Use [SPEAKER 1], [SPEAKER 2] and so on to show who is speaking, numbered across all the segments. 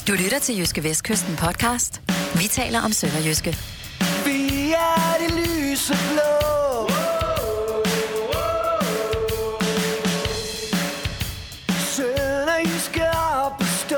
[SPEAKER 1] Du lytter til Jyske Vestkysten podcast. Vi taler om sønderjyske.
[SPEAKER 2] Vi er de lyseblå. Sønderjyske op at stå.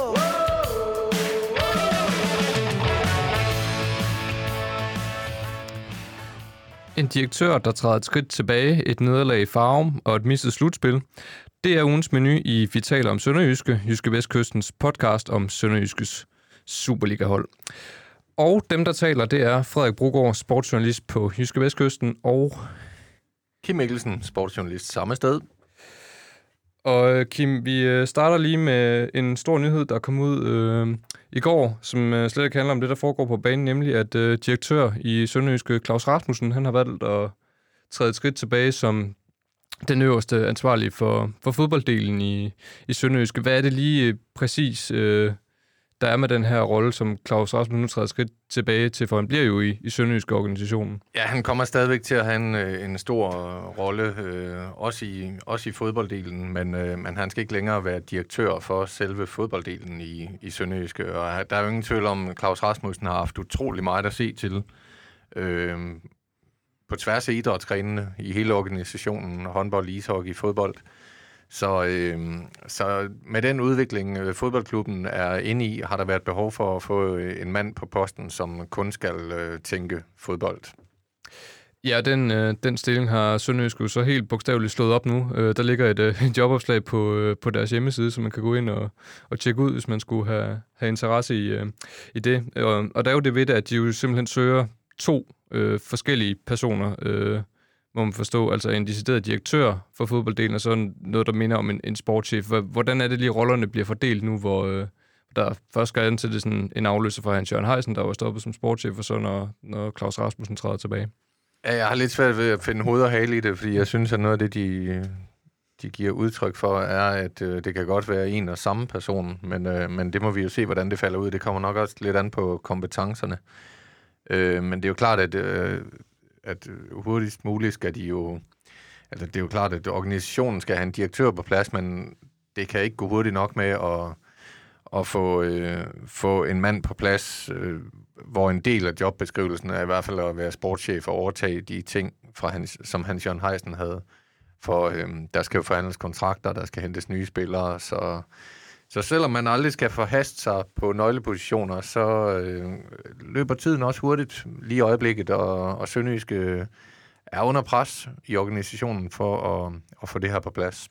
[SPEAKER 3] En direktør, der træder et skridt tilbage, et nederlag i Farum og et mistet slutspil. Det er ugens menu i Vi taler om Sønderjyske, Jyske Vestkystens podcast om Sønderjyskes Superliga-hold. Og dem, der taler, det er Frederik Brogaard, sportsjournalist på Jyske Vestkysten, og
[SPEAKER 4] Kim Mikkelsen, sportsjournalist samme sted.
[SPEAKER 3] Og Kim, vi starter lige med en stor nyhed, der kom ud i går, som slet ikke handler om det, der foregår på banen, nemlig at direktør i Sønderjyske, Claus Rasmussen, han har valgt at træde et skridt tilbage som den øverste ansvarlige for fodbolddelen i Sønderjyske. Hvad er det lige præcis, der er med den her rolle, som Claus Rasmussen nu træder et skridt tilbage til, for han bliver jo i Sønderjyske organisationen?
[SPEAKER 4] Ja, han kommer stadigvæk til at have en stor rolle, også i fodbolddelen, men han skal ikke længere være direktør for selve fodbolddelen i Sønderjyske. Og der er jo ingen tvivl om, at Claus Rasmussen har haft utrolig meget at se til på tværs af idrætsgrenene i hele organisationen, håndbold, ishockey, fodbold. Så med den udvikling, fodboldklubben er inde i, har der været behov for at få en mand på posten, som kun skal tænke fodbold.
[SPEAKER 3] Ja, den stilling har Sønderjyske så helt bogstaveligt slået op nu. Der ligger et jobopslag på deres hjemmeside, som man kan gå ind og tjekke ud, hvis man skulle have interesse i det. Og der er jo det ved det, at de jo simpelthen søger 2 forskellige personer, må man forstå, altså en decideret direktør for fodbolddelen, og så noget, der minder om en sportschef. Hvordan er det lige, rollerne bliver fordelt nu, hvor der først skal ansættes en afløser fra Hans Jørgen Heisen, der var stoppet som sportschef, og så når Claus Rasmussen træder tilbage? Ja,
[SPEAKER 4] jeg har lidt svært ved at finde hoved og hale i det, fordi jeg synes, at noget af det, de giver udtryk for, er, at det kan godt være en og samme person, men det må vi jo se, hvordan det falder ud. Det kommer nok også lidt an på kompetencerne. Men det er jo klart, at hurtigst muligt skal de jo... Altså, det er jo klart, at organisationen skal have en direktør på plads, men det kan ikke gå hurtigt nok med at få en mand på plads, hvor en del af jobbeskrivelsen er i hvert fald at være sportschef og overtage de ting, som Hans Jørgen Heisen havde. For der skal jo forhandles kontrakter, der skal hentes nye spillere, så selvom man aldrig skal forhaste sig på nøglepositioner, så løber tiden også hurtigt lige i øjeblikket, og Sønderjyske er under pres i organisationen for at få det her på plads.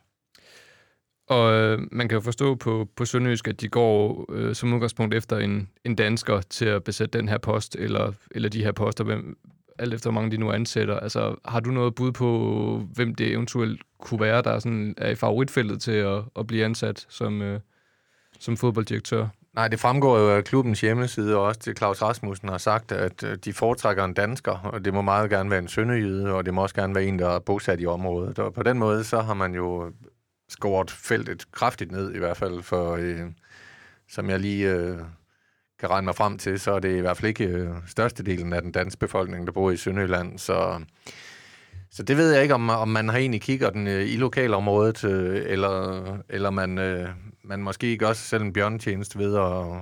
[SPEAKER 3] Og man kan jo forstå på Sønderjysk, at de går som udgangspunkt efter en dansker til at besætte den her post, eller de her poster, alt efter hvor mange de nu ansætter. Altså, har du noget bud på, hvem det eventuelt kunne være, der er i favoritfeltet til at blive ansat som fodbolddirektør? Nej,
[SPEAKER 4] det fremgår jo af klubbens hjemmeside, og også til Claus Rasmussen har sagt, at de foretrækker en dansker, og det må meget gerne være en sønderjyde, og det må også gerne være en, der er bosat i området. Og på den måde, så har man jo skåret feltet kraftigt ned, i hvert fald, for som jeg lige kan regne mig frem til, så er det i hvert fald ikke størstedelen af den danske befolkning, der bor i Sønderjylland, så det ved jeg ikke, om man har egentlig kigger den i lokalområdet, eller man måske gør sig selv en bjørnetjeneste ved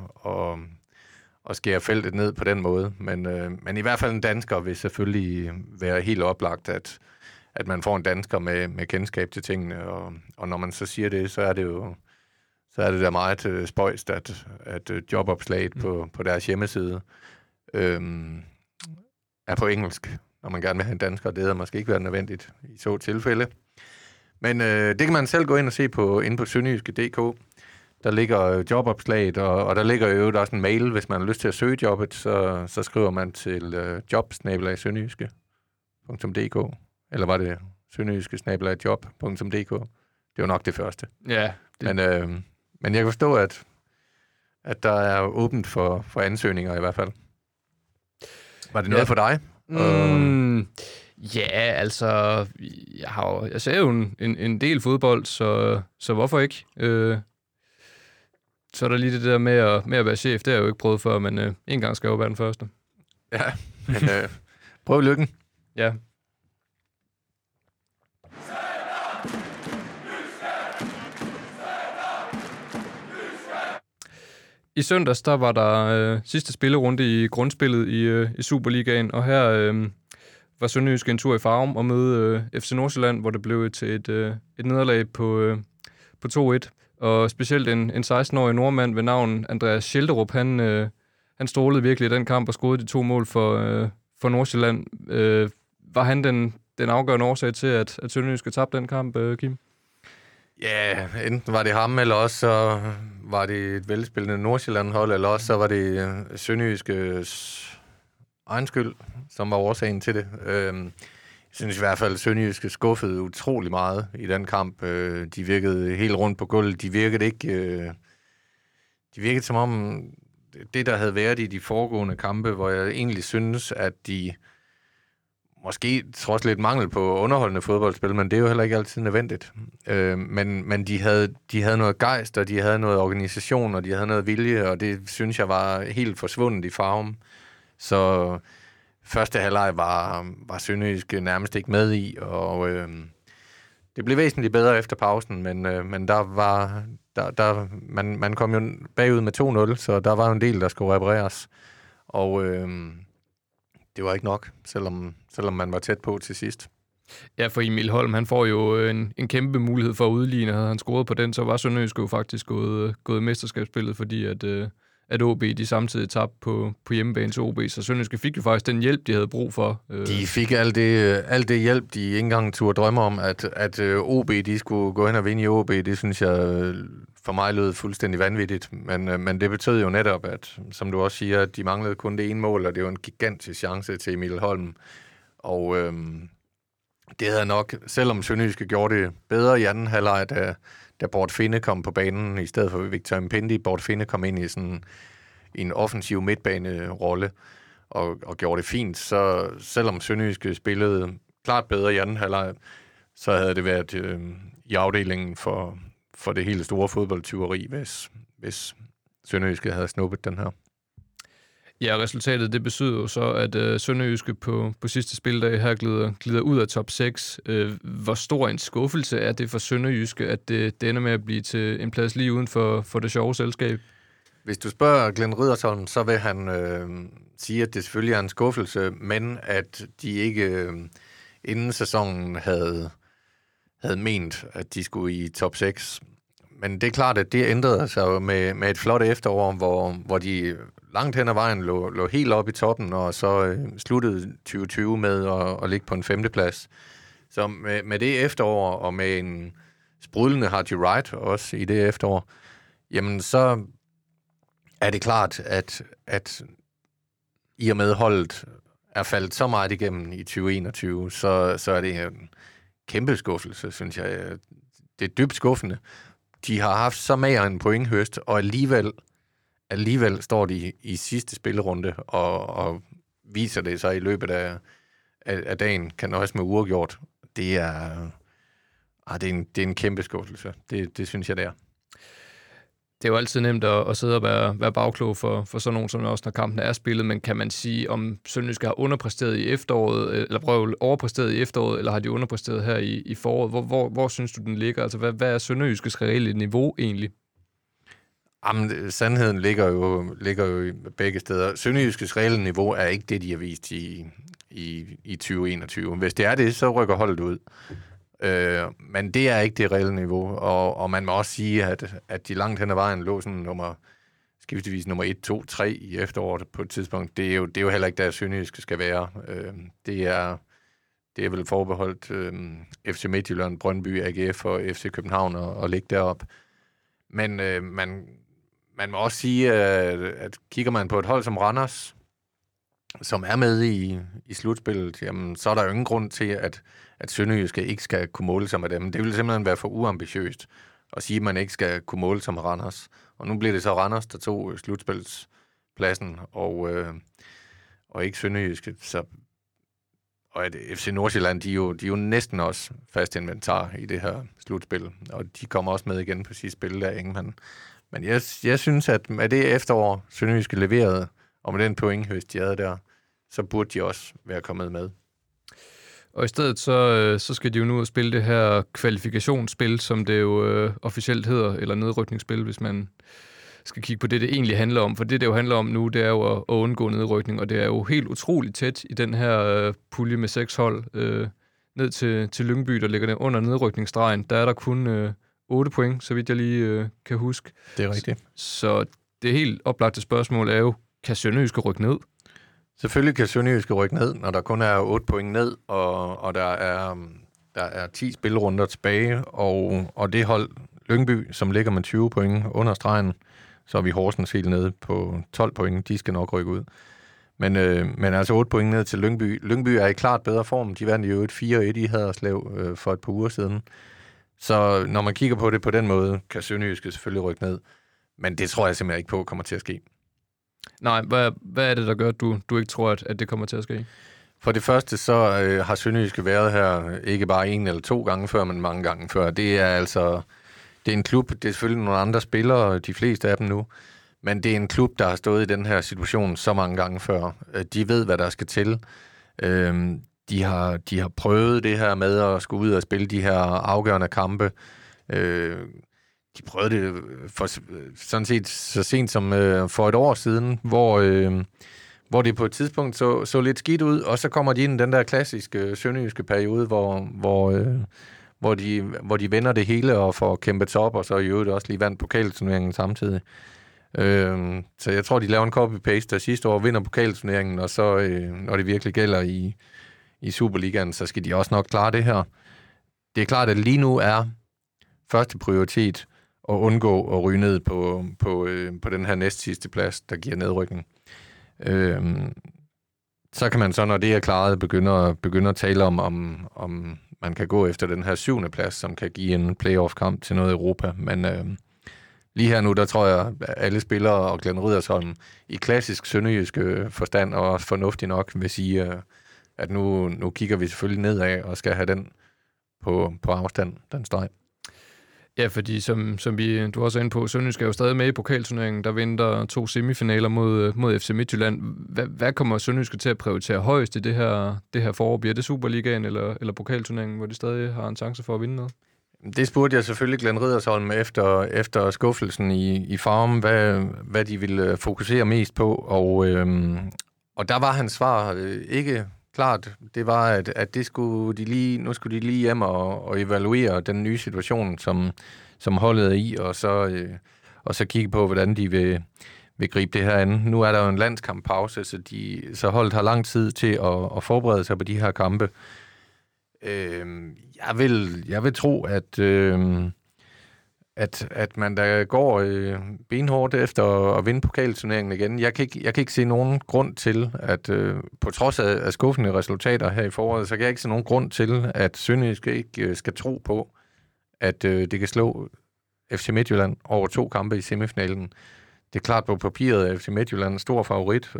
[SPEAKER 4] at skære feltet ned på den måde. Men i hvert fald en dansker vil selvfølgelig være helt oplagt, at man får en dansker med kendskab til tingene. Og når man så siger det, så er det da meget spøjst, at jobopslaget på deres hjemmeside er på engelsk. Når man gerne vil have en dansker, det havde måske ikke været nødvendigt i så tilfælde. Men det kan man selv gå ind og se inde på sønderjyske.dk. Der ligger jobopslaget, og der ligger jo også en mail, hvis man har lyst til at søge jobbet, så skriver man til jobs@sønderjyske.dk. Eller var det sønderjyske@job.dk? Det var nok det første.
[SPEAKER 3] Ja.
[SPEAKER 4] Men jeg kan forstå, at der er åbent for ansøgninger i hvert fald. Var det noget for dig?
[SPEAKER 3] Ja, altså, jeg ser jo en del fodbold, så hvorfor ikke? Så er der lige det der med at være chef, det har jeg jo ikke prøvet før, men en gang skal jeg jo være den første.
[SPEAKER 4] Ja, men prøv lykken.
[SPEAKER 3] Ja. I søndags, der var der sidste spillerunde i grundspillet i Superligaen, og her var Sønderjyske en tur i Farum og møde FC Nordsjælland, hvor det blev til et nederlag på 2-1. Og specielt en 16-årig nordmand ved navn Andreas Schelderup, han strålede virkelig i den kamp og scorede de 2 mål for Nordsjælland. Var han den afgørende årsag til, at Sønderjyske tabte den kamp, Kim?
[SPEAKER 4] Ja, enten var det ham, eller også så var det et velspillende Nordsjælland-hold, eller også så var det Sønderjyskes egen skyld, som var årsagen til det. Jeg synes i hvert fald, at Sønderjyske skuffede utrolig meget i den kamp. De virkede helt rundt på gulvet. De virkede som om det, der havde været i de foregående kampe, hvor jeg egentlig synes, at de måske trods lidt mangel på underholdende fodboldspil, men det er jo heller ikke altid nødvendigt. Men de havde noget gejst, og de havde noget organisation, og de havde noget vilje, og det synes jeg var helt forsvundet i Farum. Så første halvleg var Sønderjyske nærmest ikke med i, og det blev væsentligt bedre efter pausen, men man kom jo bagud med 2-0, så der var jo en del, der skulle repareres. Og det var ikke nok, selvom man var tæt på til sidst.
[SPEAKER 3] Ja, for Emil Holm, han får jo en kæmpe mulighed for at udligne. Havde han scoret på den, så var Sønderjyske jo faktisk gået mesterskabsspillet, fordi at OB de samtidig tabte på hjemmebane til OB, så Sønderjyske fik jo faktisk den hjælp, de havde brug for.
[SPEAKER 4] De fik alt det hjælp, de ikke engang turde drømme om, at OB de skulle gå hen og vinde i OB. Det synes jeg for mig lød fuldstændig vanvittigt, men det betød jo netop, at som du også siger, at de manglede kun det ene mål, og det var en gigantisk chance til Emil Holm. Og det havde nok, selvom Sønderjyske gjorde det bedre i anden halvleg, da Bort Finde kom på banen, i stedet for Victor Mpendi. Bort Finde kom ind i sådan en offensiv midtbane-rolle og gjorde det fint. Så selvom Sønderjyske spillede klart bedre i anden halvleg, så havde det været i afdelingen for det hele store fodboldtyveri, hvis Sønderjyske havde snuppet den her.
[SPEAKER 3] Ja, resultatet det betyder jo så, at Sønderjyske på sidste spildag her glider ud af top 6. Hvor stor en skuffelse er det for Sønderjyske, at det ender med at blive til en plads lige uden for det sjove selskab?
[SPEAKER 4] Hvis du spørger Glenn Riddersholm, så vil han sige, at det selvfølgelig er en skuffelse, men at de ikke inden sæsonen havde ment, at de skulle i top 6. Men det er klart, at det ændrede sig jo med et flot efterår, hvor de langt hen ad vejen lå helt op i toppen, og så sluttede 2020 med at ligge på en 5. plads. Så med det efterår, og med en sprudlende Haji Wright også i det efterår, jamen så er det klart, at i og med holdet er faldet så meget igennem i 2021, så er det en kæmpe skuffelse, synes jeg. Det er dybt skuffende. De har haft så mager en pointhøst, og alligevel står de i sidste spillerunde, og viser det sig i løbet af dagen, kan nøjes med uafgjort. Det er en kæmpe skuffelse. Det synes jeg, det er.
[SPEAKER 3] Det er jo altid nemt at sidde og være bagklog for sådan nogen, som også når kampen er spillet, men kan man sige, om Sønderjyske har underpræsteret i efteråret, eller overpræsteret i efteråret, eller har de underpræsteret her i foråret? Hvor synes du, den ligger? Altså, hvad er Sønderjyskes reelle niveau egentlig?
[SPEAKER 4] Jamen, sandheden ligger jo i begge steder. Sønderjyskes reelle niveau er ikke det, de har vist i 2021. Hvis det er det, så rykker holdet ud. Men det er ikke det reelle niveau, og man må også sige, at de langt hen ad vejen lå sådan skiftevis nummer 1, 2, 3 i efteråret på et tidspunkt. Det er jo heller ikke der Sønderjyske skal være. Det er vel forbeholdt FC Midtjylland, Brøndby, AGF og FC København at ligge derop. Men man må også sige, at kigger man på et hold som Randers, som er med i slutspillet, jamen, så er der jo ingen grund til, at Sønderjyske ikke skal kunne måle sig med dem. Det vil simpelthen være for uambitiøst at sige, at man ikke skal kunne måle sig med Randers. Og nu bliver det så Randers, der tog slutspilspladsen, og ikke Sønderjyske. Og at FC Nordsjælland, de er jo næsten også fast inventar i det her slutspil, og de kommer også med igen på sidste spil af Ingemann. Men jeg synes, at med det efterår, Sønderjyske leverede, og med den pointhøst, de havde der, så burde de også være kommet med.
[SPEAKER 3] Og i stedet så skal de jo nu spille det her kvalifikationsspil, som det jo officielt hedder, eller nedrykningsspil, hvis man skal kigge på det egentlig handler om. For det jo handler om nu, det er jo at undgå nedrykning, og det er jo helt utroligt tæt i den her pulje med 6 hold ned til Lyngby, der ligger der under nedrykningsstregen. Der er der kun 8 point, så vidt jeg lige kan huske.
[SPEAKER 4] Det er rigtigt.
[SPEAKER 3] Så det helt oplagte spørgsmål er jo, kan Sønderjyske rykke ned?
[SPEAKER 4] Selvfølgelig kan Sønderjyske rykke ned, når der kun er 8 point ned, og der er 10 spillerunder tilbage, og det hold Lyngby, som ligger med 20 point under stregen, så er vi Horsens helt nede på 12 point. De skal nok rykke ud. Men altså 8 point ned til Lyngby. Lyngby er i klart bedre form. De vandt jo 4-1 i Haderslev for et par uger siden. Så når man kigger på det på den måde, kan Sønderjyske selvfølgelig rykke ned. Men det tror jeg simpelthen ikke på kommer til at ske.
[SPEAKER 3] Nej, hvad er det, der gør, at du ikke tror, at det kommer til at ske?
[SPEAKER 4] For det første, så har Sønderjyske været her ikke bare 1 eller 2 gange før, men mange gange før. Det er en klub, det er selvfølgelig nogle andre spillere, de fleste af dem nu, men det er en klub, der har stået i den her situation så mange gange før. De ved, hvad der skal til. De har prøvet det her med at skulle ud og spille de her afgørende kampe. De prøvede det sådan set så sent som for et år siden, hvor det på et tidspunkt så lidt skidt ud, og så kommer de ind i den der klassiske sønderjyske periode, hvor de vender det hele og får kæmpet op, og så i øvrigt også lige vandt pokalturneringen samtidig. Så jeg tror, de laver en copy-paste, der sidste år vinder pokalturneringen, og så, når det virkelig gælder i Superligaen, så skal de også nok klare det her. Det er klart, at lige nu er første prioritet at undgå at ryge ned på den her næstsidste plads, der giver nedrykning. Så kan man så, når det er klaret, begynde at tale om man kan gå efter den her 7. plads, som kan give en playoff-kamp til noget Europa. Men lige her nu, der tror jeg, at alle spillere og Glenn Riddersholm i klassisk sønderjyske forstand, og også fornuftig nok, vil sige, at nu kigger vi selvfølgelig nedad og skal have den på afstand, den streg.
[SPEAKER 3] Ja, fordi som du også er inde på, Sønderjyske er jo stadig med i pokalturneringen. Der venter 2 semifinaler mod FC Midtjylland. Hvad kommer Sønderjyske til at prioritere højst i det her forår? Bliver det Superligaen eller pokalturneringen, hvor de stadig har en chance for at vinde noget?
[SPEAKER 4] Det spurgte jeg selvfølgelig Glenn Riddersholm efter skuffelsen i Farum, hvad de ville fokusere mest på. Og der var hans svar ikke klart. Det var, at det skulle nu skulle de lige hjem og evaluere den nye situation, som holdet er i, og så kigge på, hvordan de vil gribe det her an. Nu er der jo en landskamppause, så holdet har lang tid til at forberede sig på de her kampe. Jeg vil tro, at man der går benhårdt efter at vinde pokalturneringen igen. Jeg kan ikke se nogen grund til, at på trods af skuffende resultater her i foråret, så kan jeg ikke se nogen grund til, at Sønderjyske ikke skal tro på, at det kan slå FC Midtjylland over 2 kampe i semifinalen. Det er klart på papiret, at FC Midtjylland er en stor favorit,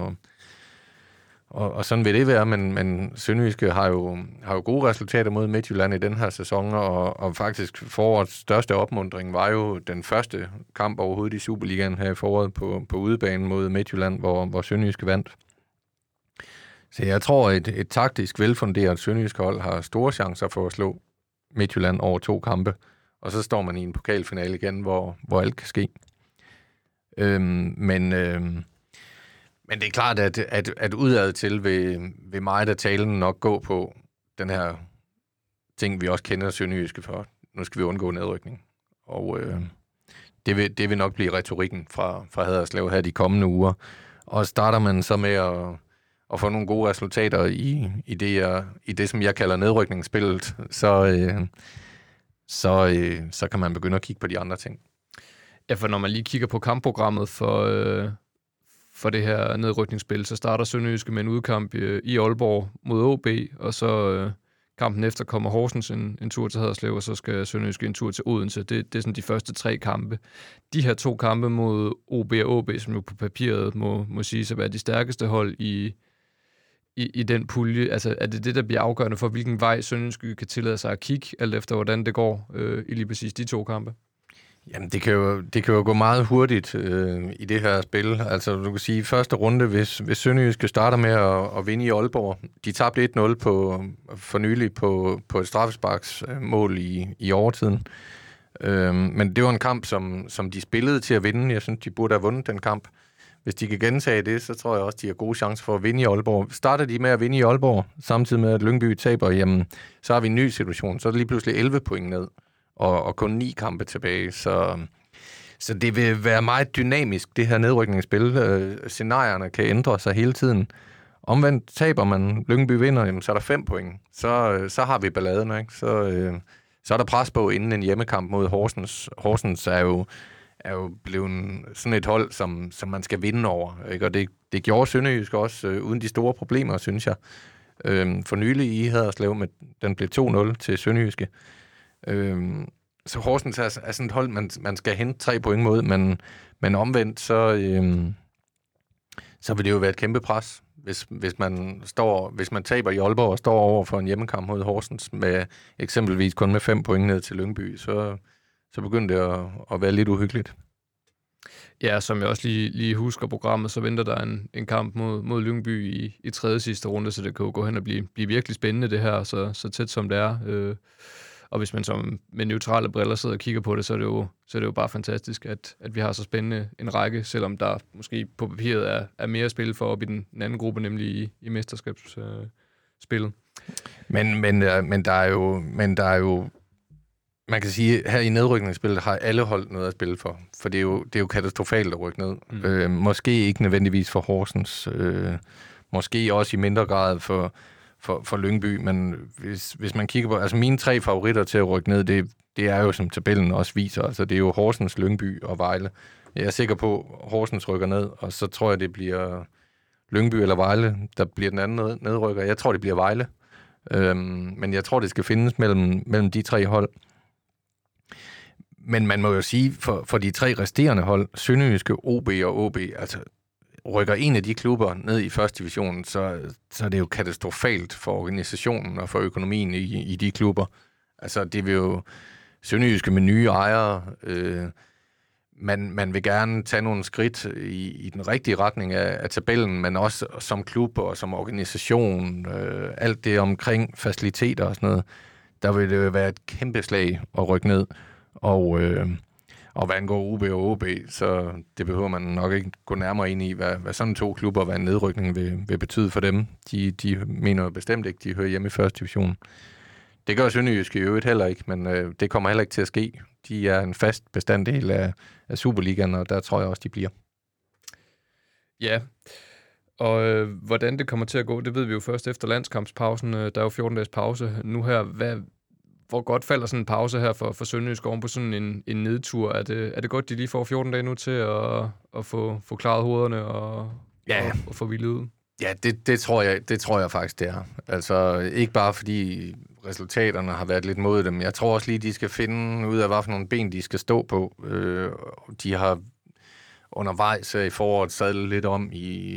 [SPEAKER 4] og sådan vil det være, men Sønderjyske har jo gode resultater mod Midtjylland i den her sæson, og faktisk forårets største opmuntring var jo den første kamp overhovedet i Superligaen her i foråret på udebanen mod Midtjylland, hvor Sønderjyske vandt. Så jeg tror, et taktisk velfunderet Sønderjyske hold har store chancer for at slå Midtjylland over 2 kampe, og så står man i en pokalfinale igen, hvor alt kan ske. Men det er klart, at udad til vil meget af talen nok gå på den her ting, vi også kender Sønderjyske for. Nu skal vi undgå nedrykning. Og det vil nok blive retorikken fra Haderslev her de kommende uger. Og starter man så med at få nogle gode resultater i det, som jeg kalder nedrykningsspillet, så kan man begynde at kigge på de andre ting.
[SPEAKER 3] Ja, for når man lige kigger på kampprogrammet for det her nedrykningsspil, så starter Sønderjyske med en udkamp i Aalborg mod AB, og så kampen efter kommer Horsens en tur til Haderslev, og så skal Sønderjyske en tur til Odense. Det er sådan de første 3 kampe. De her 2 kampe mod OB og AB, som jo på papiret må siges at være de stærkeste hold i den pulje. Altså, er det der bliver afgørende for, hvilken vej Sønderjyske kan tillade sig at kigge, alt efter hvordan det går i lige præcis de 2 kampe?
[SPEAKER 4] Jamen, det kan jo gå meget hurtigt i det her spil. Altså, du kan sige, første runde, hvis Sønderjyske starter med at vinde i Aalborg. De tabte 1-0 for nylig på et straffesparksmål i overtiden. Men det var en kamp, som de spillede til at vinde. Jeg synes, de burde have vundet den kamp. Hvis de kan gentage det, så tror jeg også, de har gode chancer for at vinde i Aalborg. Starter de med at vinde i Aalborg, samtidig med at Lyngby taber, jamen, så har vi en ny situation. Så er det lige pludselig 11 point ned, og kun 9 kampe tilbage. Så det vil være meget dynamisk, det her nedrykningsspil. Scenarierne kan ændre sig hele tiden. Omvendt taber man, Lyngby vinder, jamen, så er der 5 point. Så har vi balladen, ikke? Så er der pres på inden en hjemmekamp mod Horsens. Horsens er jo blevet sådan et hold, som man skal vinde over. Ikke? Og det gjorde Sønderjysk også uden de store problemer, synes jeg. For nylig i Haderslev, den blev 2-0 til Sønderjyske. Så Horsens er sådan et hold, man skal hente 3 point mod, men omvendt, så vil det jo være et kæmpe pres, hvis man taber i Aalborg og står over for en hjemmekamp mod Horsens med eksempelvis kun med 5 point ned til Lyngby, så begynder det at være lidt uhyggeligt.
[SPEAKER 3] Ja, som jeg også lige husker programmet, så venter der en kamp mod Lyngby i tredje sidste runde, så det kan jo gå hen og blive virkelig spændende det her, så tæt som det er. Og hvis man som med neutrale briller sidder og kigger på det, så er det jo bare fantastisk, at vi har så spændende en række, selvom der måske på papiret er mere spil for op i den anden gruppe, nemlig i mesterskabsspillet.
[SPEAKER 4] Men der er jo man kan sige, her i nedrykningsspillet har alle hold noget at spille for. For det er jo katastrofalt at rykke ned. Måske ikke nødvendigvis for Horsens. Måske også i mindre grad for Lyngby. Men hvis man kigger på... Altså mine 3 favoritter til at rykke ned, det er jo, som tabellen også viser. Altså det er jo Horsens, Lyngby og Vejle. Jeg er sikker på, at Horsens rykker ned, og så tror jeg, det bliver Lyngby eller Vejle, der bliver den anden nedrykker. Jeg tror, det bliver Vejle. Men jeg tror, det skal findes mellem de 3 hold. Men man må jo sige, for de 3 resterende hold, Sønderjyske, OB og OB, altså rykker en af de klubber ned i første division, så er det jo katastrofalt for organisationen og for økonomien i de klubber. Altså det vil jo Sønderjyske med nye ejere. Man vil gerne tage nogle skridt i den rigtige retning af tabellen, men også som klub og som organisation, alt det omkring faciliteter og sådan noget, der vil det jo være et kæmpe slag at rykke ned. Og hvad angår UB og OB, så det behøver man nok ikke gå nærmere ind i, hvad sådan 2 klubber, hvad en nedrykning vil betyde for dem. De mener jo bestemt ikke, de hører hjemme i første division. Det gør Sønderjysk i øvrigt heller ikke, men det kommer heller ikke til at ske. De er en fast bestanddel af Superligaen, og der tror jeg også, de bliver.
[SPEAKER 3] Ja, og hvordan det kommer til at gå, det ved vi jo først efter landskampspausen. Der er jo 14 dages pause nu her. Hvor godt falder sådan en pause her for Sønderjysk oven på sådan en nedtur? Er det godt, de lige får 14 dage nu til at få klaret hovederne og få hvilet ud?
[SPEAKER 4] Ja, det tror jeg faktisk, det er. Altså ikke bare fordi resultaterne har været lidt mod dem. Jeg tror også lige, de skal finde ud af, hvad for nogle ben de skal stå på. De har undervejs i foråret sadlet lidt om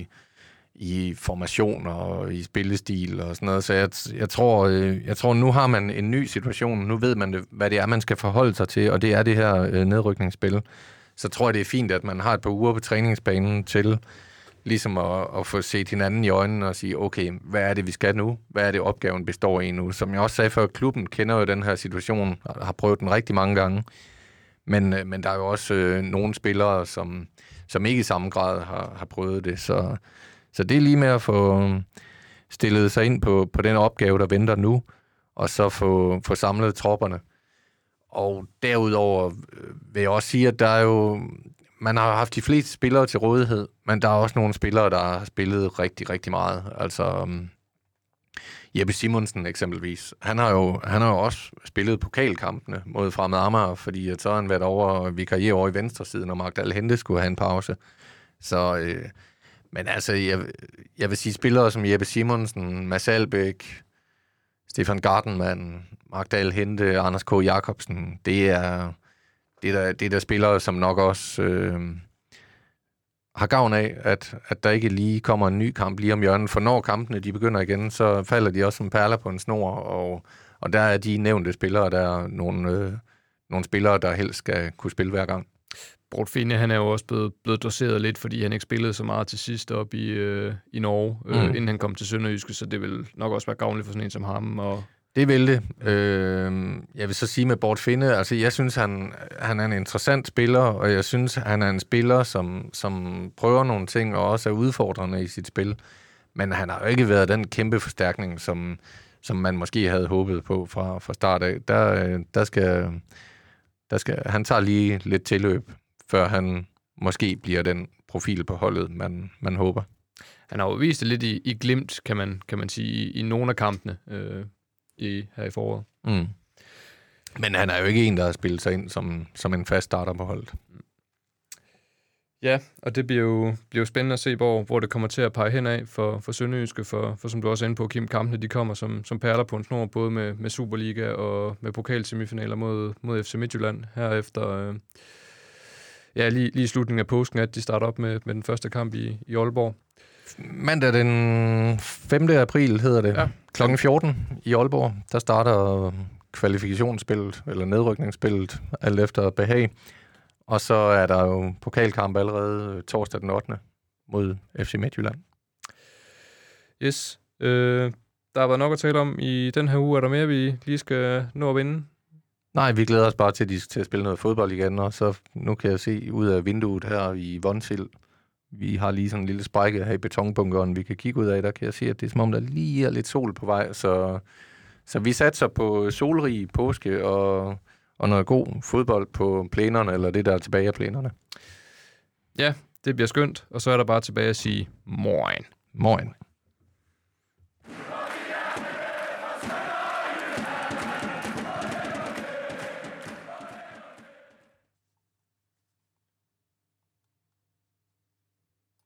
[SPEAKER 4] i formation og i spillestil og sådan noget. Så jeg tror, nu har man en ny situation. Nu ved man, hvad det er, man skal forholde sig til, og det er det her nedrykningsspil. Så tror jeg, det er fint, at man har et par uger på træningsbanen til ligesom at få set hinanden i øjnene og sige, okay, hvad er det, vi skal nu? Hvad er det, opgaven består i nu? Som jeg også sagde før, klubben kender jo den her situation og har prøvet den rigtig mange gange. Men der er jo også nogle spillere, som ikke i samme grad har prøvet det. Så det er lige med at få stillet sig ind på den opgave, der venter nu, og så få samlet tropperne. Og derudover vil jeg også sige, at der er jo... Man har haft de fleste spillere til rådighed, men der er også nogle spillere, der har spillet rigtig, rigtig meget. Altså Jeppe Simonsen eksempelvis. Han har jo også spillet pokalkampene mod Fremad Amager, fordi at så har han været over og vikariere over i venstre side, når Magdal Hente skulle have en pause. Så, men altså, jeg vil sige spillere som Jeppe Simonsen, Mads Albæk, Stefan Gartenmann, Magdal Hente, Anders K. Jacobsen, det er der spillere, som nok også har gavn af, at der ikke lige kommer en ny kamp lige om hjørnet. For når kampene de begynder igen, så falder de også som perler på en snor, og der er de nævnte spillere, der er nogle spillere, der helst skal kunne spille hver gang.
[SPEAKER 3] Brort Fine, han er jo også blevet doseret lidt, fordi han ikke spillede så meget til sidst op i Norge, inden han kom til Sønderjyske, så det vil nok også være gavnligt for sådan en som ham
[SPEAKER 4] Det vil det. Jeg vil så sige med Bård Finne, altså jeg synes, han er en interessant spiller, og jeg synes, han er en spiller, som prøver nogle ting, og også er udfordrende i sit spil. Men han har jo ikke været den kæmpe forstærkning, som man måske havde håbet på fra start af. Der skal han tager lige lidt tilløb, før han måske bliver den profil på holdet, man håber.
[SPEAKER 3] Han har jo vist det lidt i glimt, kan man sige, i nogle af kampene her i foråret.
[SPEAKER 4] Mm. Men han er jo ikke en, der har spillet sig ind som en fast starter på holdet.
[SPEAKER 3] Ja, og det bliver jo spændende at se, hvor det kommer til at pege henad for Sønderjyske, for som du også er inde på, Kim, kampene de kommer som perler på en snor, både med Superliga og med pokalsemifinaler mod FC Midtjylland herefter. Lige i slutningen af påsken, at de starter op med den første kamp i Aalborg.
[SPEAKER 4] Mandag den 5. april hedder det. Ja. Klokken 14 i Aalborg. Der starter kvalifikationsspillet, eller nedrykningsspillet, alt efter behag. Og så er der jo pokalkamp allerede torsdag den 8. mod FC Midtjylland.
[SPEAKER 3] Yes. Der har været nok at tale om i den her uge. Er der mere, vi lige skal nå at vinde?
[SPEAKER 4] Nej, vi glæder os bare til at spille noget fodbold igen. Og så nu kan jeg se ud af vinduet her i Vonsild. Vi har lige sådan en lille sprække her i betonbunkeren, vi kan kigge ud af. Der kan jeg se, at det er som om, der lige er lidt sol på vej. Så vi satser på solrig påske og noget god fodbold på plænerne, eller det, der er tilbage af plænerne.
[SPEAKER 3] Ja, det bliver skønt. Og så er der bare tilbage at sige morgen.
[SPEAKER 4] Morgen.